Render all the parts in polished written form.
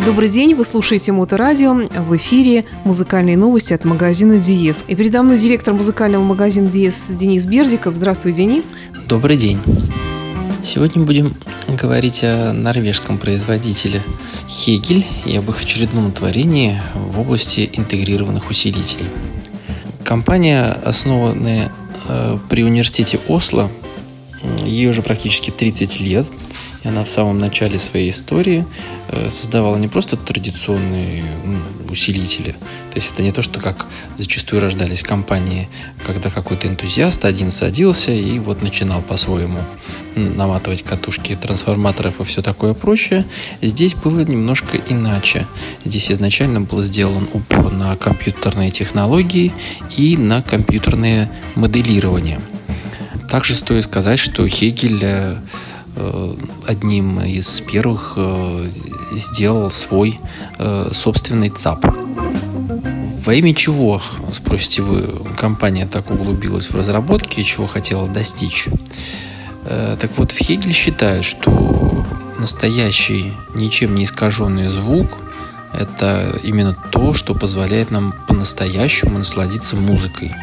Добрый день, вы слушаете Моторадио. В эфире музыкальные новости от магазина Диез. И передо мной директор музыкального магазина Диез Денис Бердиков. Здравствуй, Денис. Добрый день. Сегодня будем говорить о норвежском производителе Hegel и об их очередном творении в области интегрированных усилителей. Компания основана при университете Осло. Ей уже практически 30 лет. И она в самом начале своей истории создавала не просто традиционные усилители. То есть это не то, что как зачастую рождались компании, когда какой-то энтузиаст один садился и вот начинал по-своему наматывать катушки трансформаторов и все такое прочее. Здесь было немножко иначе. Здесь изначально был сделан упор на компьютерные технологии и на компьютерное моделирование. Также стоит сказать, что Hegel одним из первых сделал свой собственный ЦАП. Во имя чего, спросите вы, компания так углубилась в разработки и чего хотела достичь? Так вот, в Hegel считают, что настоящий, ничем не искаженный звук – это именно то, что позволяет нам по-настоящему насладиться музыкой.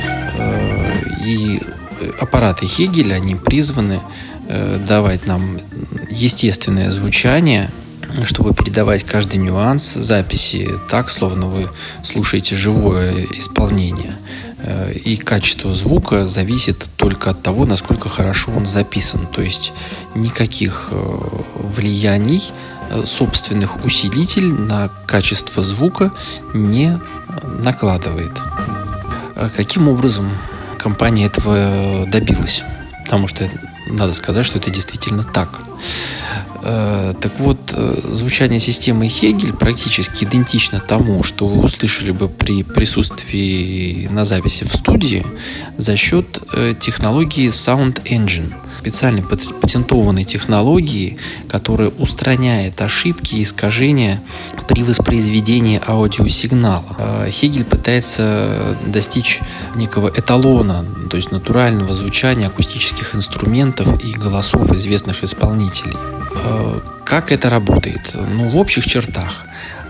И аппараты Hegel, они призваны давать нам естественное звучание, чтобы передавать каждый нюанс записи так, словно вы слушаете живое исполнение. И качество звука зависит только от того, насколько хорошо он записан. То есть никаких влияний собственных усилитель на качество звука не накладывает. Каким образом компания этого добилась? Потому что надо сказать, что это действительно так. Так вот, звучание системы Hegel практически идентично тому, что вы услышали бы при присутствии на записи в студии за счет технологии Sound Engine, специально патентованной технологии, которая устраняет ошибки и искажения при воспроизведении аудиосигнала. Hegel пытается достичь некого эталона, то есть натурального звучания акустических инструментов и голосов известных исполнителей. Как это работает? В общих чертах.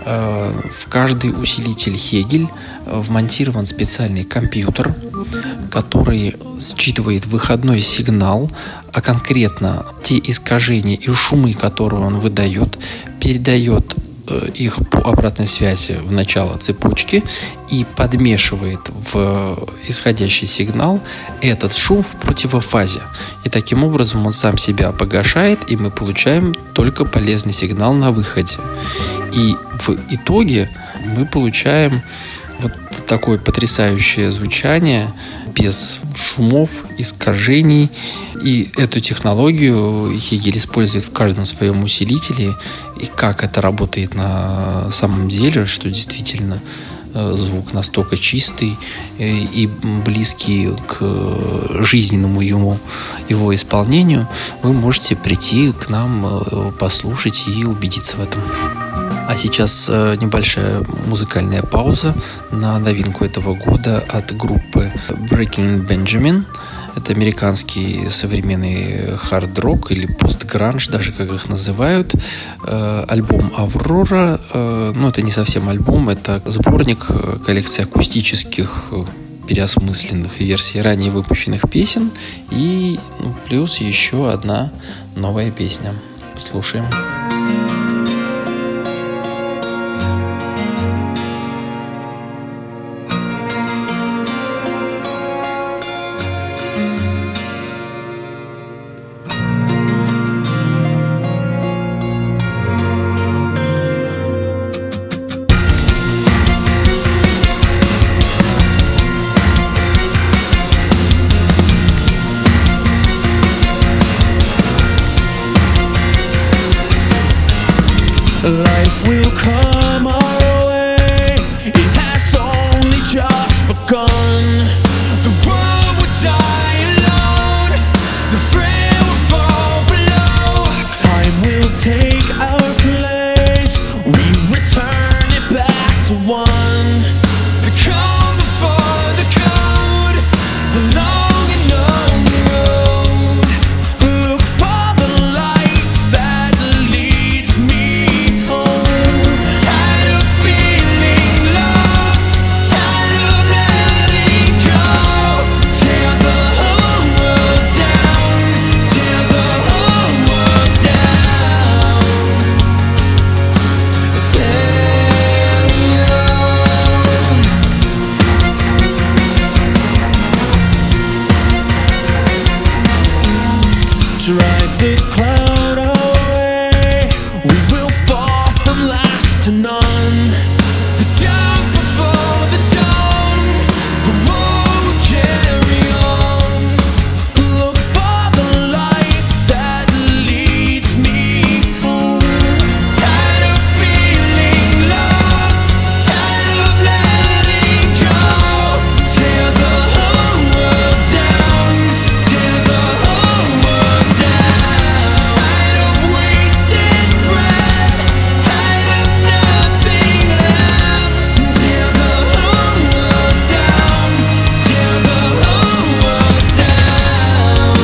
В каждый усилитель Hegel вмонтирован специальный компьютер, который считывает выходной сигнал, а конкретно те искажения и шумы, которые он выдает, передает их по обратной связи в начало цепочки и подмешивает в исходящий сигнал этот шум в противофазе. И таким образом он сам себя погашает, и мы получаем только полезный сигнал на выходе. И в итоге мы получаем вот такое потрясающее звучание без шумов, искажений. И эту технологию Hegel использует в каждом своем усилителе. И как это работает на самом деле, что действительно звук настолько чистый и близкий к жизненному его исполнению, вы можете прийти к нам, послушать и убедиться в этом. А сейчас небольшая музыкальная пауза на новинку этого года от группы Breaking Benjamin. Это американский современный хард-рок или пост-гранж, даже как их называют. Альбом «Аврора». Это не совсем альбом, это сборник, коллекции акустических переосмысленных версий ранее выпущенных песен. И плюс еще одна новая песня. Слушаем. Life will come our way. It has only just begun. The world will die alone. The frail will fall below. Time will take our place. We return it back to one. The calm before the code. The long and known road. Look for the light that leads me home. drive the cloud away. We will fall from last to none. The dark before the dawn, the war will carry on. Look for the light that leads me home. Tired of feeling lost, tired of letting go. Tear the whole world down, tear the whole world down. Tired of wasted breath, tired of nothing left. Tear the whole world down, tear the whole world down.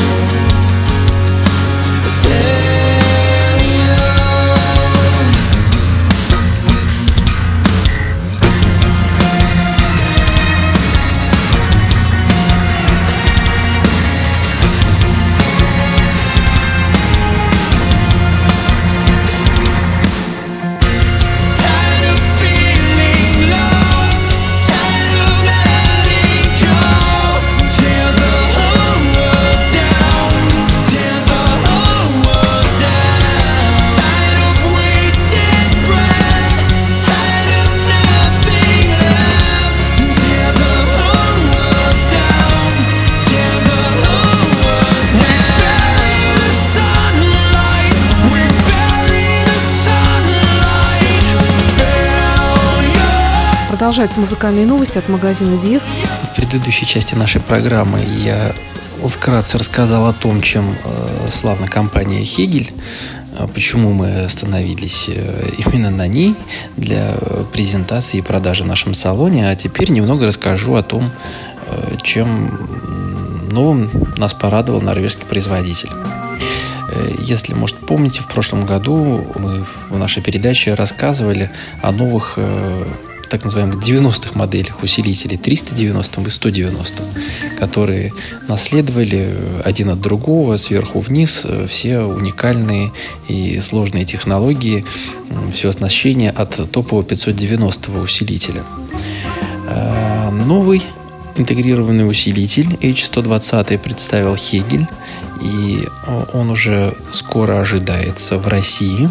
Tired of feeling lost, tired of letting go. Tear the whole world down, tear the whole world down. Tired of wasted breath, tired of nothing left. Tear the whole world down, tear the whole world down. We bury the sunlight, we bury the sunlight. Failure. Продолжаются музыкальные новости от магазина Диез. В предыдущей части нашей программы я вкратце рассказал о том, чем славна компания Хегель, почему мы остановились именно на ней для презентации и продажи в нашем салоне. А теперь немного расскажу о том, чем новым нас порадовал норвежский производитель. Если, может, помните, в прошлом году мы в нашей передаче рассказывали о новых так называемых 90-х моделях усилителей 390 и 190, которые наследовали один от другого, сверху вниз, все уникальные и сложные технологии, все оснащение от топового 590 усилителя. Новый интегрированный усилитель H120 представил Хегель, и он уже скоро ожидается в России.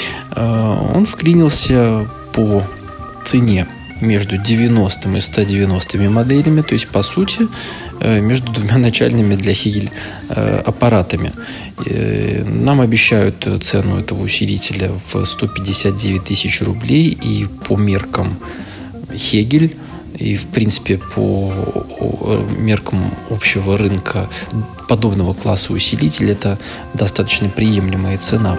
Он вклинился по цене между 90 и 190 моделями, то есть, по сути, между двумя начальными для Хегель аппаратами. Нам обещают цену этого усилителя в 159 тысяч рублей, и по меркам Хегель, и, в принципе, по меркам общего рынка подобного класса усилителя, это достаточно приемлемая цена.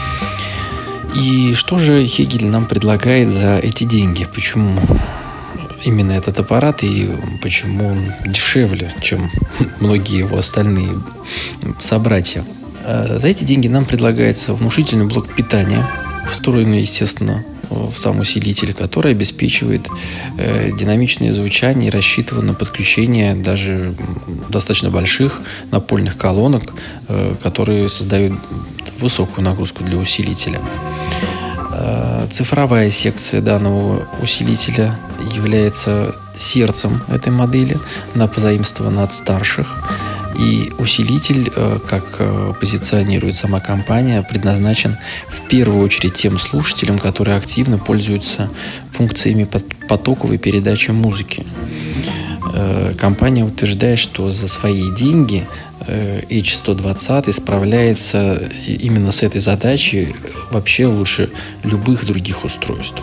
И что же Хегель нам предлагает за эти деньги? Почему именно этот аппарат и почему он дешевле, чем многие его остальные собратья? За эти деньги нам предлагается внушительный блок питания, встроенный, естественно, в сам усилитель, который обеспечивает динамичное звучание и рассчитывает на подключение даже достаточно больших напольных колонок, которые создают высокую нагрузку для усилителя. Цифровая секция данного усилителя является сердцем этой модели, она позаимствована от старших. И усилитель, как позиционирует сама компания, предназначен в первую очередь тем слушателям, которые активно пользуются функциями потоковой передачи музыки. Компания утверждает, что за свои деньги H120 справляется именно с этой задачей вообще лучше любых других устройств.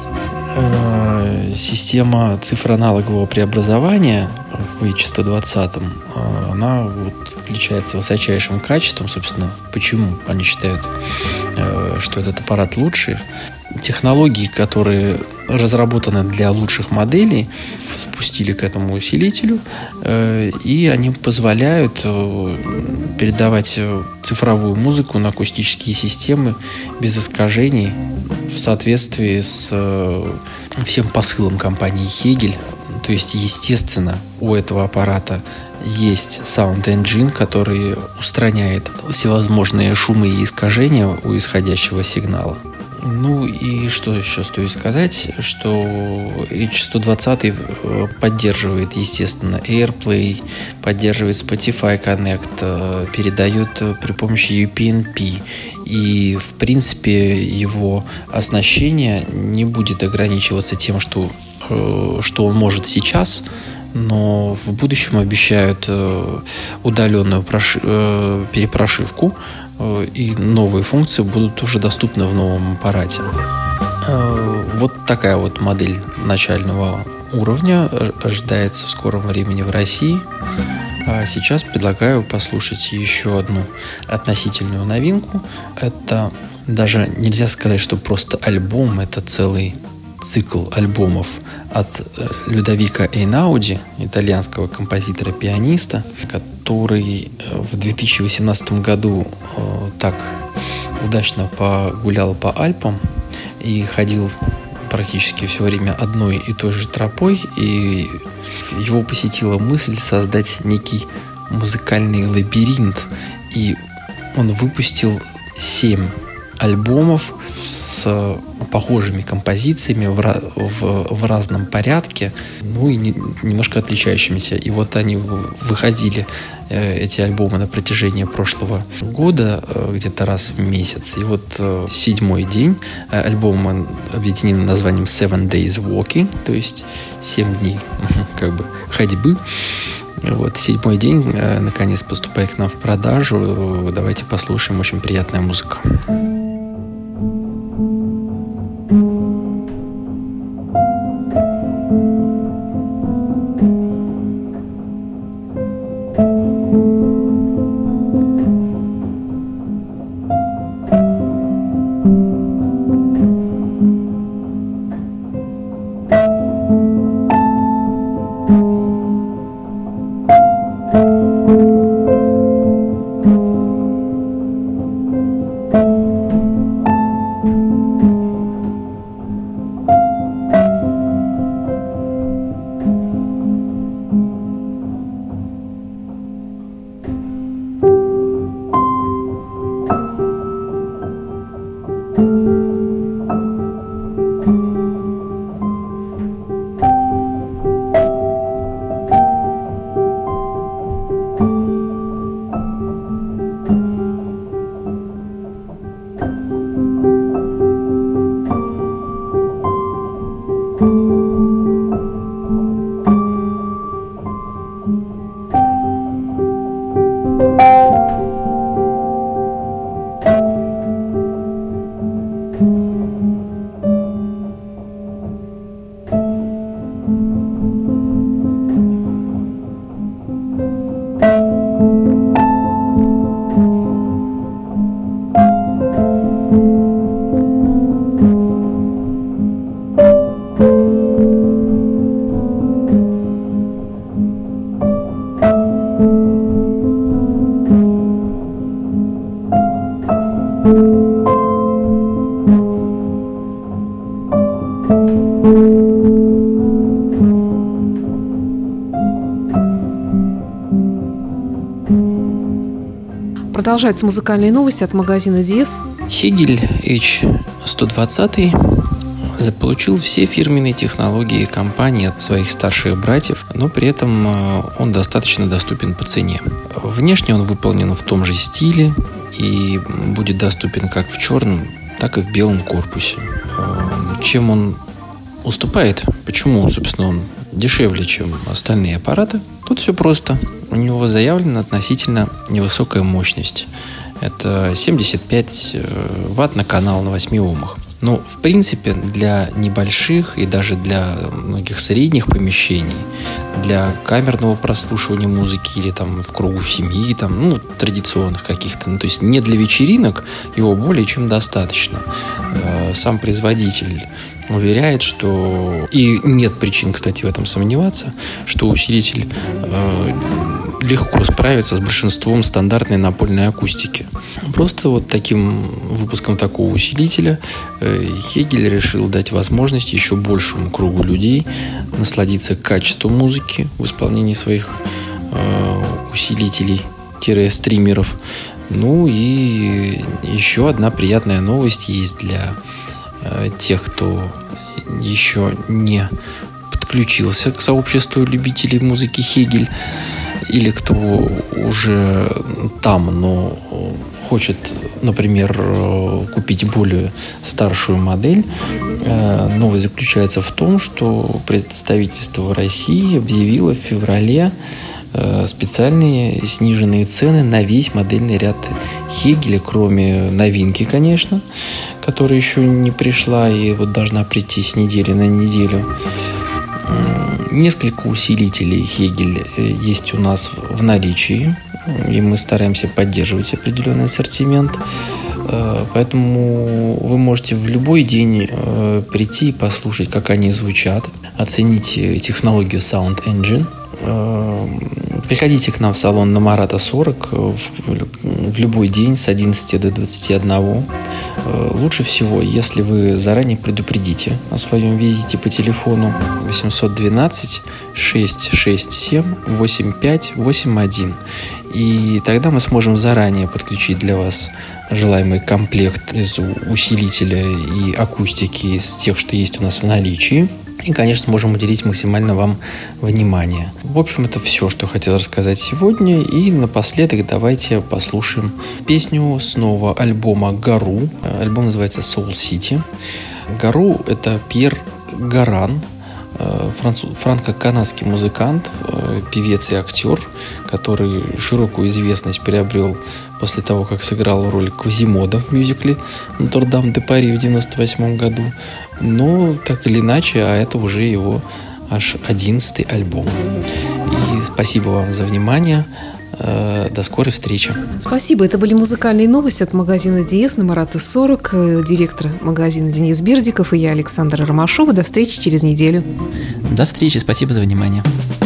Система цифроаналогового преобразования в H120 она отличается высочайшим качеством. Собственно, почему они считают, что этот аппарат лучший? Технологии, которые разработаны для лучших моделей, спустили к этому усилителю, и они позволяют передавать цифровую музыку на акустические системы без искажений в соответствии с всем посылом компании Хегель. То есть, естественно, у этого аппарата есть Sound Engine, который устраняет всевозможные шумы и искажения у исходящего сигнала. Ну и что еще стоит сказать, что H120 поддерживает, естественно, AirPlay, поддерживает Spotify Connect, передает при помощи UPnP. И, в принципе, его оснащение не будет ограничиваться тем, что он может сейчас, но в будущем обещают удаленную перепрошивку, и новые функции будут уже доступны в новом аппарате. Вот такая вот модель начального уровня ожидается в скором времени в России. А сейчас предлагаю послушать еще одну относительную новинку. Это даже нельзя сказать, что просто альбом, это целый цикл альбомов от Людовико Эйнауди, итальянского композитора-пианиста, который в 2018 году так удачно погулял по Альпам и ходил практически все время одной и той же тропой, и его посетила мысль создать некий музыкальный лабиринт, и он выпустил 7 альбомов с похожими композициями в разном порядке, ну и немножко отличающимися. И вот они выходили, эти альбомы, на протяжении прошлого года, где-то раз в месяц. И вот 7-й день альбом объединен названием Seven Days Walking, то есть 7 дней как бы ходьбы. Вот 7-й день наконец поступает к нам в продажу. Давайте послушаем, очень приятная музыка. Продолжаются музыкальные новости от магазина Диез. Хегель H120 заполучил все фирменные технологии компании от своих старших братьев, но при этом он достаточно доступен по цене. Внешне он выполнен в том же стиле и будет доступен как в черном, так и в белом корпусе. Чем он уступает? Почему, собственно, он дешевле, чем остальные аппараты? Тут все просто. У него заявлена относительно невысокая мощность. Это 75 ватт на канал на 8 ohm'ах. Но, в принципе, для небольших и даже для многих средних помещений, для камерного прослушивания музыки или там в кругу семьи, там, традиционных каких-то, то есть не для вечеринок, его более чем достаточно. Сам производитель уверяет, что, и нет причин, кстати, в этом сомневаться, что усилитель легко справится с большинством стандартной напольной акустики. Просто вот таким выпуском такого усилителя Хегель решил дать возможность еще большему кругу людей насладиться качеством музыки в исполнении своих усилителей-стримеров. Ну и еще одна приятная новость есть для тех, кто еще не подключился к сообществу любителей музыки Хегель, или кто уже там, но хочет, например, купить более старшую модель. Новость заключается в том, что представительство России объявило в феврале специальные сниженные цены на весь модельный ряд Хегеля, кроме новинки, конечно, которая еще не пришла и вот должна прийти с недели на неделю. Несколько усилителей Хегель есть у нас в наличии, и мы стараемся поддерживать определенный ассортимент. Поэтому вы можете в любой день прийти и послушать, как они звучат, оценить технологию Sound Engine. Приходите к нам в салон на Марата 40 в любой день с 11 до 21. Лучше всего, если вы заранее предупредите о своем визите по телефону 812 667 8581. И тогда мы сможем заранее подключить для вас желаемый комплект из усилителя и акустики из тех, что есть у нас в наличии. И, конечно, сможем уделить максимально вам внимание. В общем, это все, что хотел рассказать сегодня. И напоследок давайте послушаем песню с нового альбома Гару. Альбом называется Soul City. Гару – это Пьер Гаран, франко-канадский музыкант, певец и актер, который широкую известность приобрел после того, как сыграл роль Квазимода в мюзикле «Нотр-Дам-де-Пари» в 1998 году. Но так или иначе, а это уже его аж 11-й альбом. И спасибо вам за внимание. До скорой встречи. Спасибо. Это были музыкальные новости от магазина Диез на Марата 40. Директор магазина Денис Бердиков и я, Александра Ромашова. До встречи через неделю. До встречи. Спасибо за внимание.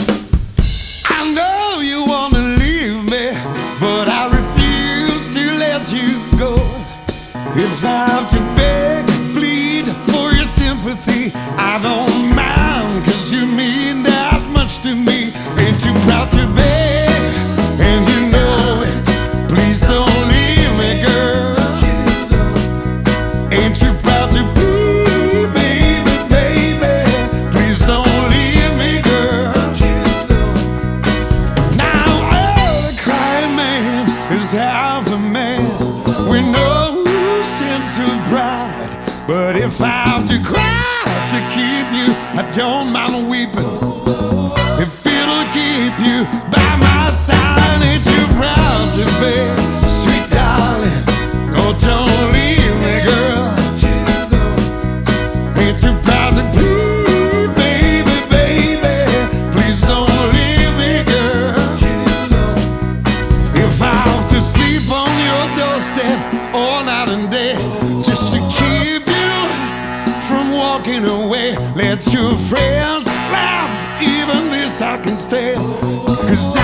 But if I have to cry to keep you, I don't mind weeping. If it'll keep you by my side, ain't you proud to be, sweet darling? Oh, don't leave me, girl. Ain't too proud to be, baby, baby. Please don't leave me, girl. If I have to sleep on your doorstep all night and day, just to keep from walking away, let your friends laugh, even this I can stand, 'cause